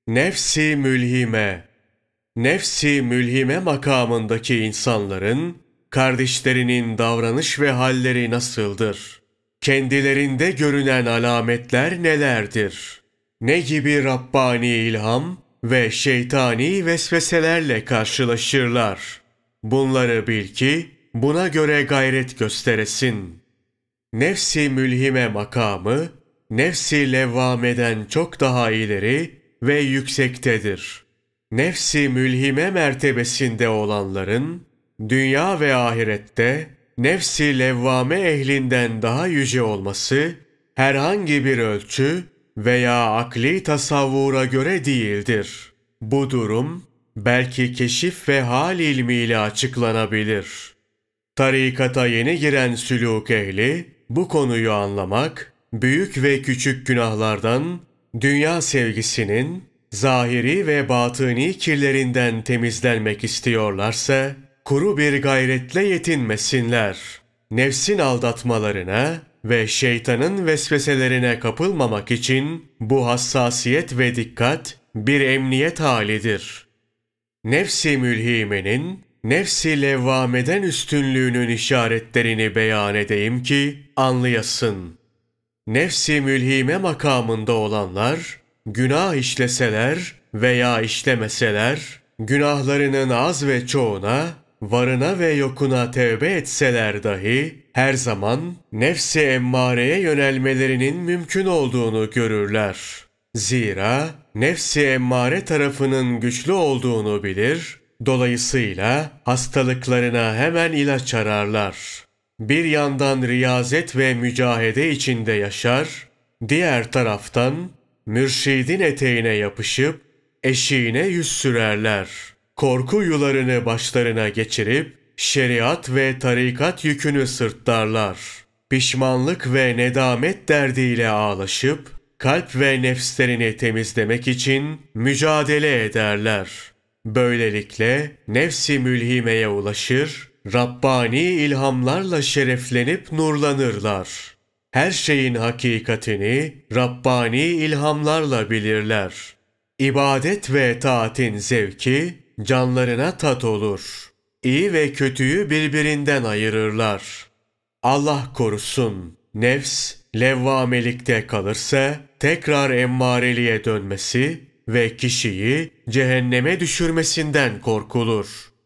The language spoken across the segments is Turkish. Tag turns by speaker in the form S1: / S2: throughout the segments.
S1: Nefsi mülhime. Nefsi mülhime makamındaki insanların, kardeşlerinin davranış ve halleri nasıldır? Kendilerinde görünen alametler nelerdir? Ne gibi Rabbani ilham ve şeytani vesveselerle karşılaşırlar? Bunları bil ki, buna göre gayret gösteresin. Nefsi mülhime makamı, nefsi levvameden çok daha ileri ve yüksektedir. Nefsi mülhime mertebesinde olanların, dünya ve ahirette nefsi levvame ehlinden daha yüce olması, herhangi bir ölçü veya akli tasavvura göre değildir. Bu durum, belki keşif ve hal ilmiyle açıklanabilir. Tarikata yeni giren sülûk ehli, bu konuyu anlamak, büyük ve küçük günahlardan, dünya sevgisinin, zahiri ve batıni kirlerinden temizlenmek istiyorlarsa, kuru bir gayretle yetinmesinler. Nefsin aldatmalarına ve şeytanın vesveselerine kapılmamak için bu hassasiyet ve dikkat bir emniyet halidir. Nefsi mülhimenin, nefsi levvameden üstünlüğünün işaretlerini beyan edeyim ki anlayasın. Nefsi mülhime makamında olanlar, günah işleseler veya işlemeseler, günahlarının az ve çoğuna, varına ve yokuna tevbe etseler dahi, her zaman nefsi emmareye yönelmelerinin mümkün olduğunu görürler. Zira nefsi emmare tarafının güçlü olduğunu bilir, dolayısıyla hastalıklarına hemen ilaç ararlar. Bir yandan riyazet ve mücahede içinde yaşar, diğer taraftan mürşidin eteğine yapışıp eşiğine yüz sürerler. Korku yularını başlarına geçirip şeriat ve tarikat yükünü sırtlarlar. Pişmanlık ve nedamet derdiyle ağlaşıp kalp ve nefslerini temizlemek için mücadele ederler. Böylelikle nefsi mülhimeye ulaşır, Rabbani ilhamlarla şereflenip nurlanırlar. Her şeyin hakikatini Rabbani ilhamlarla bilirler. İbadet ve taatin zevki canlarına tat olur. İyi ve kötüyü birbirinden ayırırlar. Allah korusun, nefs levvamelikte kalırsa tekrar emmareliğe dönmesi ve kişiyi cehenneme düşürmesinden korkulur.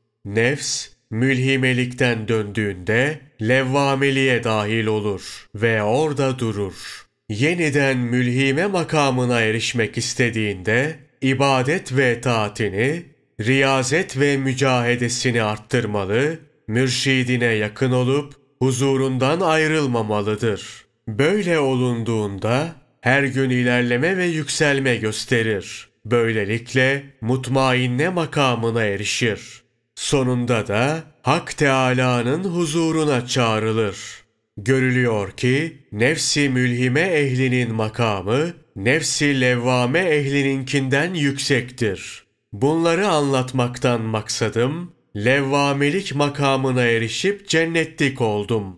S1: Nefs mülhimelikten döndüğünde levvameliğe dahil olur ve orada durur. Yeniden mülhime makamına erişmek istediğinde ibadet ve taatini, riyazet ve mücahedesini arttırmalı, mürşidine yakın olup huzurundan ayrılmamalıdır. Böyle olunduğunda her gün ilerleme ve yükselme gösterir. Böylelikle mutmainne makamına erişir. Sonunda da Hak Teâlâ'nın huzuruna çağrılır. Görülüyor ki nefsi mülhime ehlinin makamı nefsi levvame ehlininkinden yüksektir. Bunları anlatmaktan maksadım levvamelik makamına erişip cennetlik oldum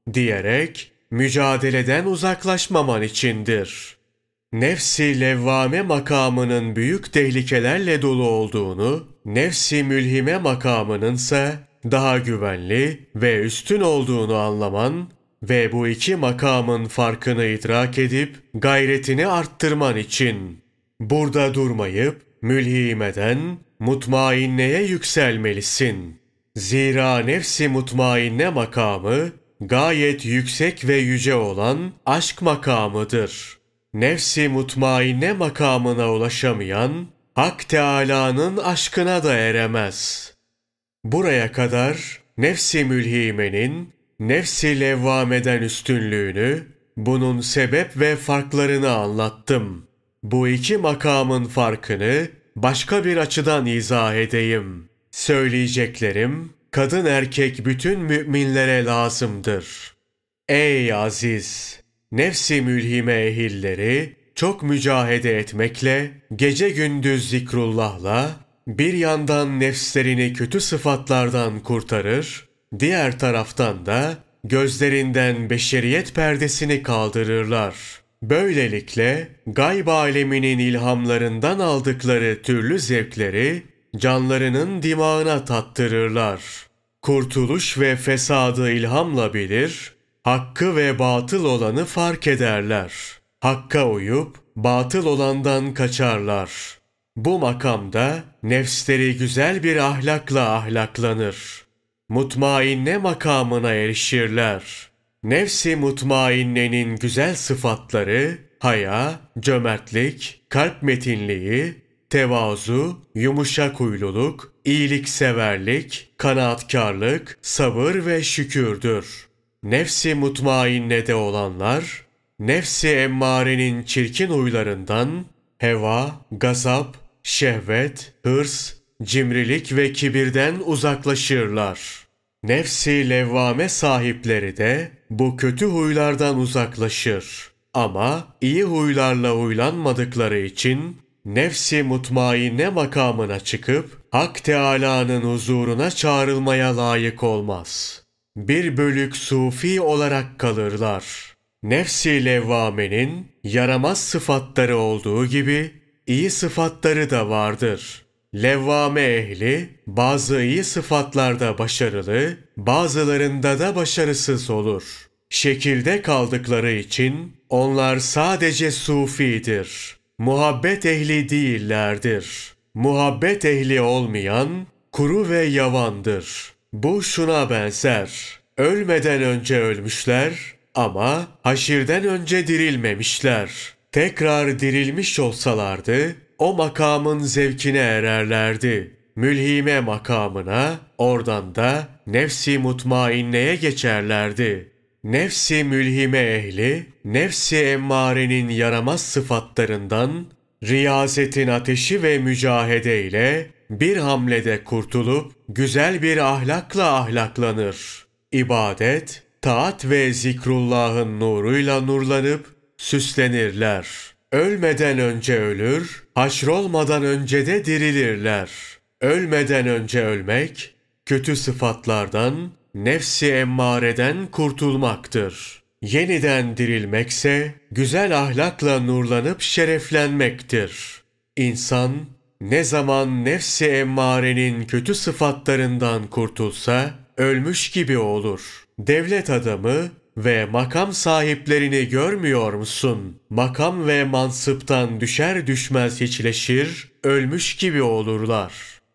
S1: diyerek mücadeleden uzaklaşmaman içindir. Nefsi levvame makamının büyük tehlikelerle dolu olduğunu, nefsi mülhime makamınınsa daha güvenli ve üstün olduğunu anlaman ve bu iki makamın farkını idrak edip gayretini arttırman için burada durmayıp mülhimeden mutmainneye yükselmelisin. Zira nefsi mutmainne makamı gayet yüksek ve yüce olan aşk makamıdır. Nefsi mutmainne makamına ulaşamayan Hak Teâlâ'nın aşkına da eremez. Buraya kadar nefsi mülhimenin nefsi levvameden üstünlüğünü, bunun sebep ve farklarını anlattım. Bu iki makamın farkını başka bir açıdan izah edeyim. Söyleyeceklerim kadın erkek bütün müminlere lazımdır. Ey aziz! Nefsi mülhime ehilleri çok mücahede etmekle, gece gündüz zikrullahla, bir yandan nefslerini kötü sıfatlardan kurtarır, diğer taraftan da gözlerinden beşeriyet perdesini kaldırırlar. Böylelikle gayb aleminin ilhamlarından aldıkları türlü zevkleri canlarının dimağına tattırırlar. Kurtuluş ve fesadı ilhamla bilir, hakkı ve batıl olanı fark ederler. Hakka uyup batıl olandan kaçarlar. Bu makamda nefsleri güzel bir ahlakla ahlaklanır. Mutmainne makamına erişirler. Nefsi mutmainnenin güzel sıfatları, haya, cömertlik, kalp metinliği, tevazu, yumuşak huyluluk, iyilikseverlik, kanaatkarlık, sabır ve şükürdür. Nefsi mutmainnede olanlar, nefsi emmarenin çirkin huylarından, heva, gazap, şehvet, hırs, cimrilik ve kibirden uzaklaşırlar. Nefsi levvame sahipleri de bu kötü huylardan uzaklaşır. Ama iyi huylarla huylanmadıkları için nefsi mutmainne makamına çıkıp Hak Teâlâ'nın huzuruna çağrılmaya layık olmaz. Bir bölük sufi olarak kalırlar. Nefsi levvamenin yaramaz sıfatları olduğu gibi iyi sıfatları da vardır. Levvame ehli bazı iyi sıfatlarda başarılı, bazılarında da başarısız olur. Şekilde kaldıkları için onlar sadece sufidir. Muhabbet ehli değillerdir. Muhabbet ehli olmayan kuru ve yavandır. Bu şuna benzer. Ölmeden önce ölmüşler ama haşirden önce dirilmemişler. Tekrar dirilmiş olsalardı o makamın zevkine ererlerdi. Mülhime makamına, oradan da nefsi mutmainneye geçerlerdi. Nefsi mülhime ehli, nefsi emmarenin yaramaz sıfatlarından, riyazetin ateşi ve mücahede ile bir hamlede kurtulup güzel bir ahlakla ahlaklanır. İbadet, taat ve zikrullahın nuruyla nurlanıp süslenirler. Ölmeden önce ölür, haşrolmadan önce de dirilirler. Ölmeden önce ölmek, kötü sıfatlardan, nefsi emmareden kurtulmaktır. Yeniden dirilmekse, güzel ahlakla nurlanıp şereflenmektir. İnsan, ne zaman nefsi emmarenin kötü sıfatlarından kurtulsa, ölmüş gibi olur. Devlet adamı ve makam sahiplerini görmüyor musun? Makam ve mansıptan düşer düşmez hiçleşir, ölmüş gibi olurlar.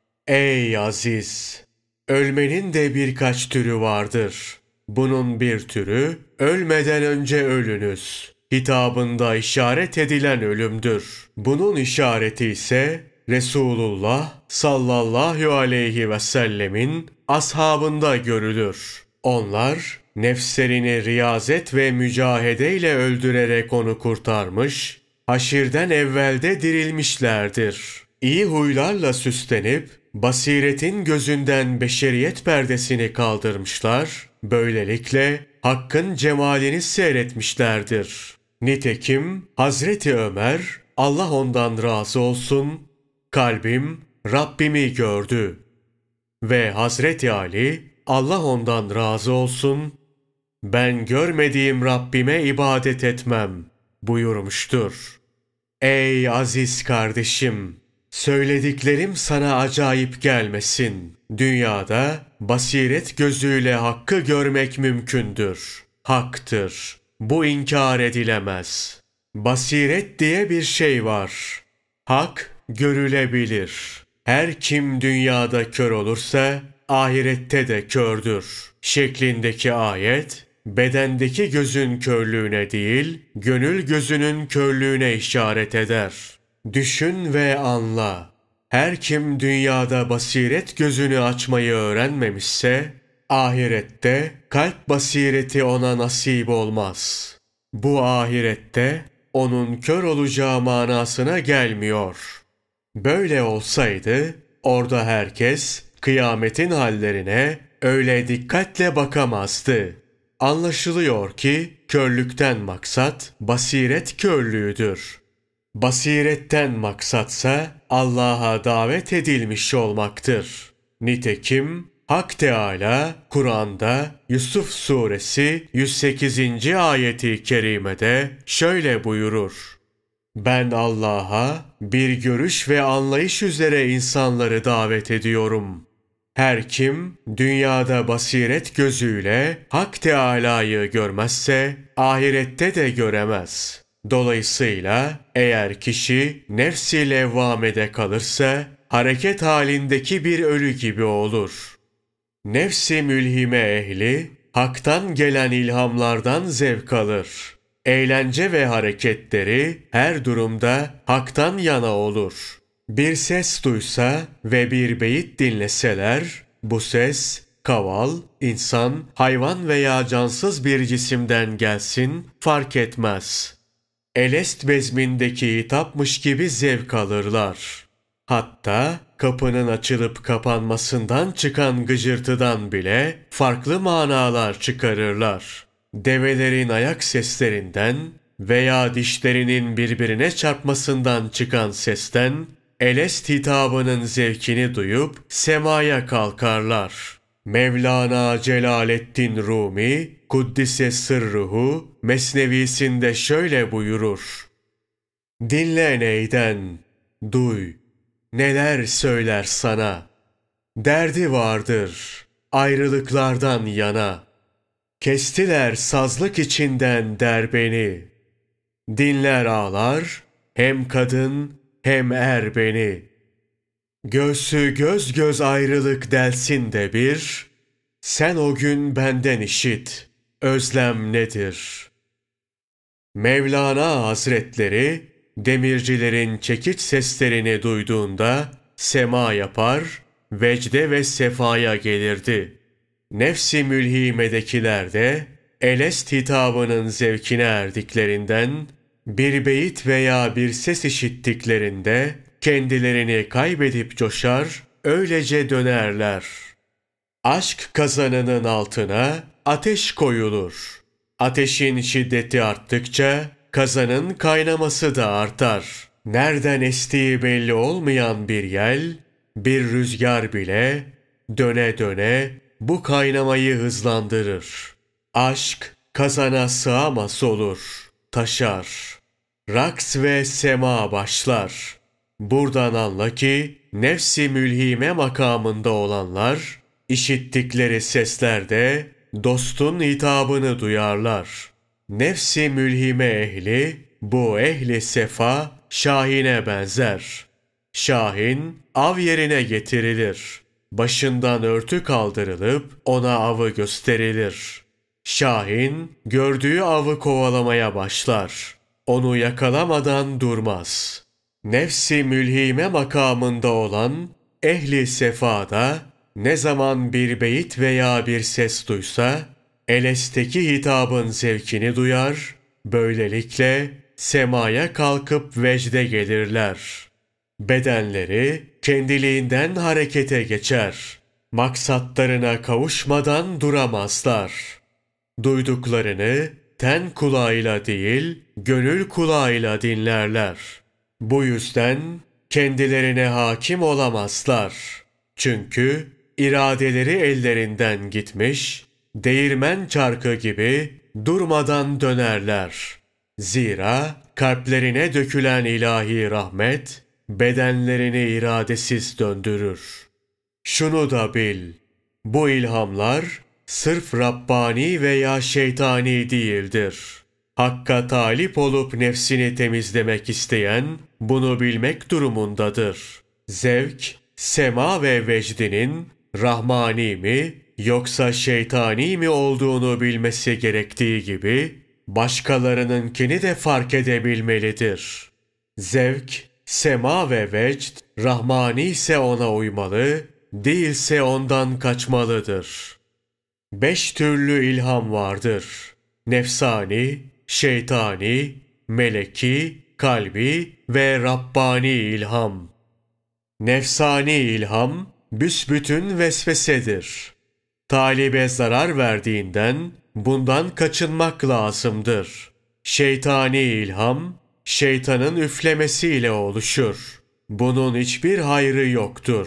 S1: Ey aziz! Ölmenin de birkaç türü vardır. Bunun bir türü, ölmeden önce ölünüz hitabında işaret edilen ölümdür. Bunun işareti ise, Resulullah sallallahu aleyhi ve sellemin ashabında görülür. Onlar, nefslerini riyazet ve mücahedeyle öldürerek onu kurtarmış, haşirden evvelde dirilmişlerdir. İyi huylarla süslenip, basiretin gözünden beşeriyet perdesini kaldırmışlar, böylelikle Hakk'ın cemalini seyretmişlerdir. Nitekim Hazreti Ömer, Allah ondan razı olsun, kalbim Rabbimi gördü. Ve Hazreti Ali, Allah ondan razı olsun, ben görmediğim Rabbime ibadet etmem buyurmuştur. Ey aziz kardeşim! Söylediklerim sana acayip gelmesin. Dünyada basiret gözüyle hakkı görmek mümkündür. Haktır. Bu inkar edilemez. Basiret diye bir şey var. Hak görülebilir. Her kim dünyada kör olursa ahirette de kördür şeklindeki ayet, bedendeki gözün körlüğüne değil, gönül gözünün körlüğüne işaret eder. Düşün ve anla. Her kim dünyada basiret gözünü açmayı öğrenmemişse, ahirette kalp basireti ona nasip olmaz. Bu ahirette onun kör olacağı manasına gelmiyor. Böyle olsaydı, orada herkes kıyametin hallerine öyle dikkatle bakamazdı. Anlaşılıyor ki körlükten maksat basiret körlüğüdür. Basiretten maksatsa Allah'a davet edilmiş olmaktır. Nitekim Hak Teâlâ, Kur'an'da Yusuf Suresi 108. ayeti kerimede şöyle buyurur: Ben Allah'a bir görüş ve anlayış üzere insanları davet ediyorum. Her kim dünyada basiret gözüyle Hak Teâlâ'yı görmezse ahirette de göremez. Dolayısıyla eğer kişi nefs-i levvamede kalırsa hareket halindeki bir ölü gibi olur. Nefs-i mülhime ehli haktan gelen ilhamlardan zevk alır. Eğlence ve hareketleri her durumda haktan yana olur. Bir ses duysa ve bir beyit dinleseler, bu ses, kaval, insan, hayvan veya cansız bir cisimden gelsin fark etmez. Elest bezmindeki hitapmış gibi zevk alırlar. Hatta kapının açılıp kapanmasından çıkan gıcırtıdan bile farklı manalar çıkarırlar. Develerin ayak seslerinden veya dişlerinin birbirine çarpmasından çıkan sesten, elest hitabının zevkini duyup semaya kalkarlar. Mevlana Celaleddin Rumi, Kuddise Sırruhu, Mesnevisinde şöyle buyurur: Dinle neyden, duy, neler söyler sana. Derdi vardır, ayrılıklardan yana. Kestiler sazlık içinden derbeni. Dinler ağlar, hem kadın hem er beni. Göğsü göz göz ayrılık delsin de bir, sen o gün benden işit, özlem nedir? Mevlana Hazretleri, demircilerin çekiç seslerini duyduğunda sema yapar, vecde ve sefaya gelirdi. Nefs-i mülhimedekiler de elest hitabının zevkine erdiklerinden, bir beyit veya bir ses işittiklerinde kendilerini kaybedip coşar, öylece dönerler. Aşk kazanının altına ateş koyulur. Ateşin şiddeti arttıkça kazanın kaynaması da artar. Nereden estiği belli olmayan bir yel, bir rüzgar bile döne döne bu kaynamayı hızlandırır. Aşk kazana sığamaz olur, taşar. Raks ve sema başlar. Buradan anla ki nefs-i mülhime makamında olanlar, işittikleri seslerde dostun hitabını duyarlar. Nefs-i mülhime ehli, bu ehli sefa şahine benzer. Şahin av yerine getirilir. Başından örtü kaldırılıp ona avı gösterilir. Şahin gördüğü avı kovalamaya başlar. Onu yakalamadan durmaz. Nefs-i mülhime makamında olan ehli sefada ne zaman bir beyit veya bir ses duysa, elesteki hitabın zevkini duyar, böylelikle semaya kalkıp vecde gelirler. Bedenleri kendiliğinden harekete geçer. Maksatlarına kavuşmadan duramazlar. Duyduklarını ten kulağıyla değil, gönül kulağıyla dinlerler. Bu yüzden kendilerine hakim olamazlar. Çünkü iradeleri ellerinden gitmiş, değirmen çarkı gibi durmadan dönerler. Zira kalplerine dökülen ilahi rahmet, bedenlerini iradesiz döndürür. Şunu da bil, bu ilhamlar sırf Rabbani veya şeytani değildir. Hakka talip olup nefsini temizlemek isteyen bunu bilmek durumundadır. Zevk, sema ve vecdinin rahmani mi yoksa şeytani mi olduğunu bilmesi gerektiği gibi başkalarınınkini de fark edebilmelidir. Zevk, sema ve vecd rahmani ise ona uymalı, değilse ondan kaçmalıdır. 5 türlü ilham vardır. Nefsani, şeytani, meleki, kalbi ve Rabbani ilham. Nefsani ilham, büsbütün vesvesedir. Talibe zarar verdiğinden bundan kaçınmak lazımdır. Şeytani ilham, şeytanın üflemesiyle oluşur. Bunun hiçbir hayrı yoktur.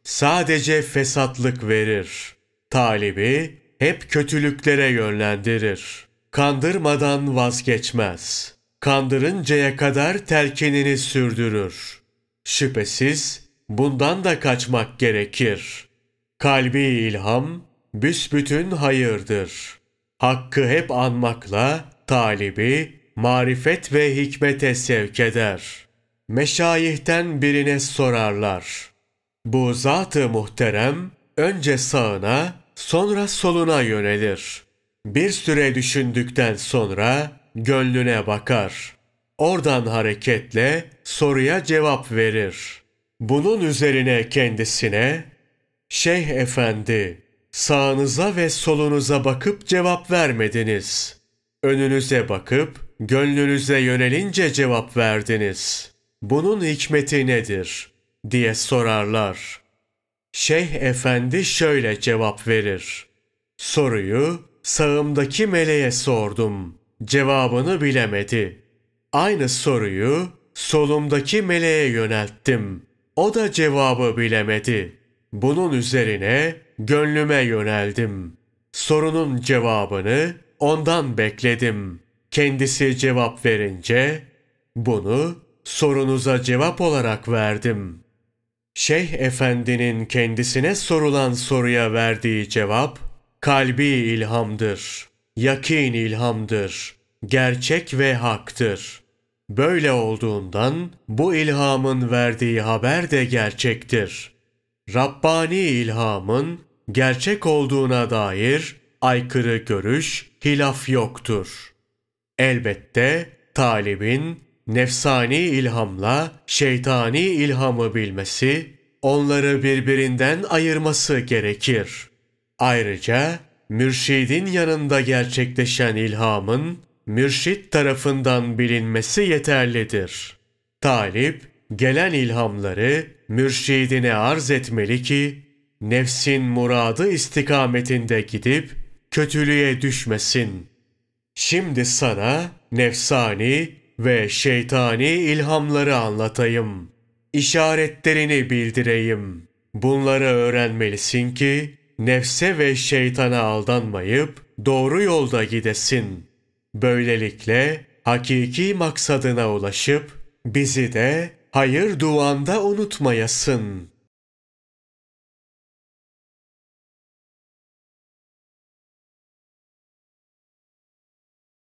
S1: sadece fesatlık verir. Talibi hep kötülüklere yönlendirir. Kandırmadan vazgeçmez. Kandırıncaya kadar telkinini sürdürür. Şüphesiz bundan da kaçmak gerekir. Kalbi ilham büsbütün hayırdır. Hakkı hep anmakla talibi marifet ve hikmete sevk eder. Meşayihten birine sorarlar. Bu zat-ı muhterem önce sağına sonra soluna yönelir. Bir süre düşündükten sonra gönlüne bakar. Oradan hareketle soruya cevap verir. Bunun üzerine kendisine, Şeyh Efendi, sağınıza ve solunuza bakıp cevap vermediniz. Önünüze bakıp gönlünüze yönelince cevap verdiniz. Bunun hikmeti nedir? Diye sorarlar. Şeyh Efendi şöyle cevap verir. Soruyu sağımdaki meleğe sordum. Cevabını bilemedi. Aynı soruyu solumdaki meleğe yönelttim. O da cevabı bilemedi. Bunun üzerine gönlüme yöneldim. Sorunun cevabını ondan bekledim. Kendisi cevap verince bunu sorunuza cevap olarak verdim. Şeyh Efendi'nin kendisine sorulan soruya verdiği cevap kalbi ilhamdır, yakin ilhamdır, gerçek ve haktır. Böyle olduğundan bu ilhamın verdiği haber de gerçektir. Rabbani ilhamın gerçek olduğuna dair aykırı görüş, hilaf yoktur. Elbette talibin nefsani ilhamla şeytani ilhamı bilmesi, onları birbirinden ayırması gerekir. Ayrıca mürşidin yanında gerçekleşen ilhamın mürşid tarafından bilinmesi yeterlidir. Talip gelen ilhamları mürşidine arz etmeli ki nefsin muradı istikametinde gidip kötülüğe düşmesin. Şimdi sana nefsani ve şeytani ilhamları anlatayım. İşaretlerini bildireyim. Bunları öğrenmelisin ki nefse ve şeytana aldanmayıp doğru yolda gidesin. Böylelikle hakiki maksadına ulaşıp bizi de hayır duanda unutmayasın.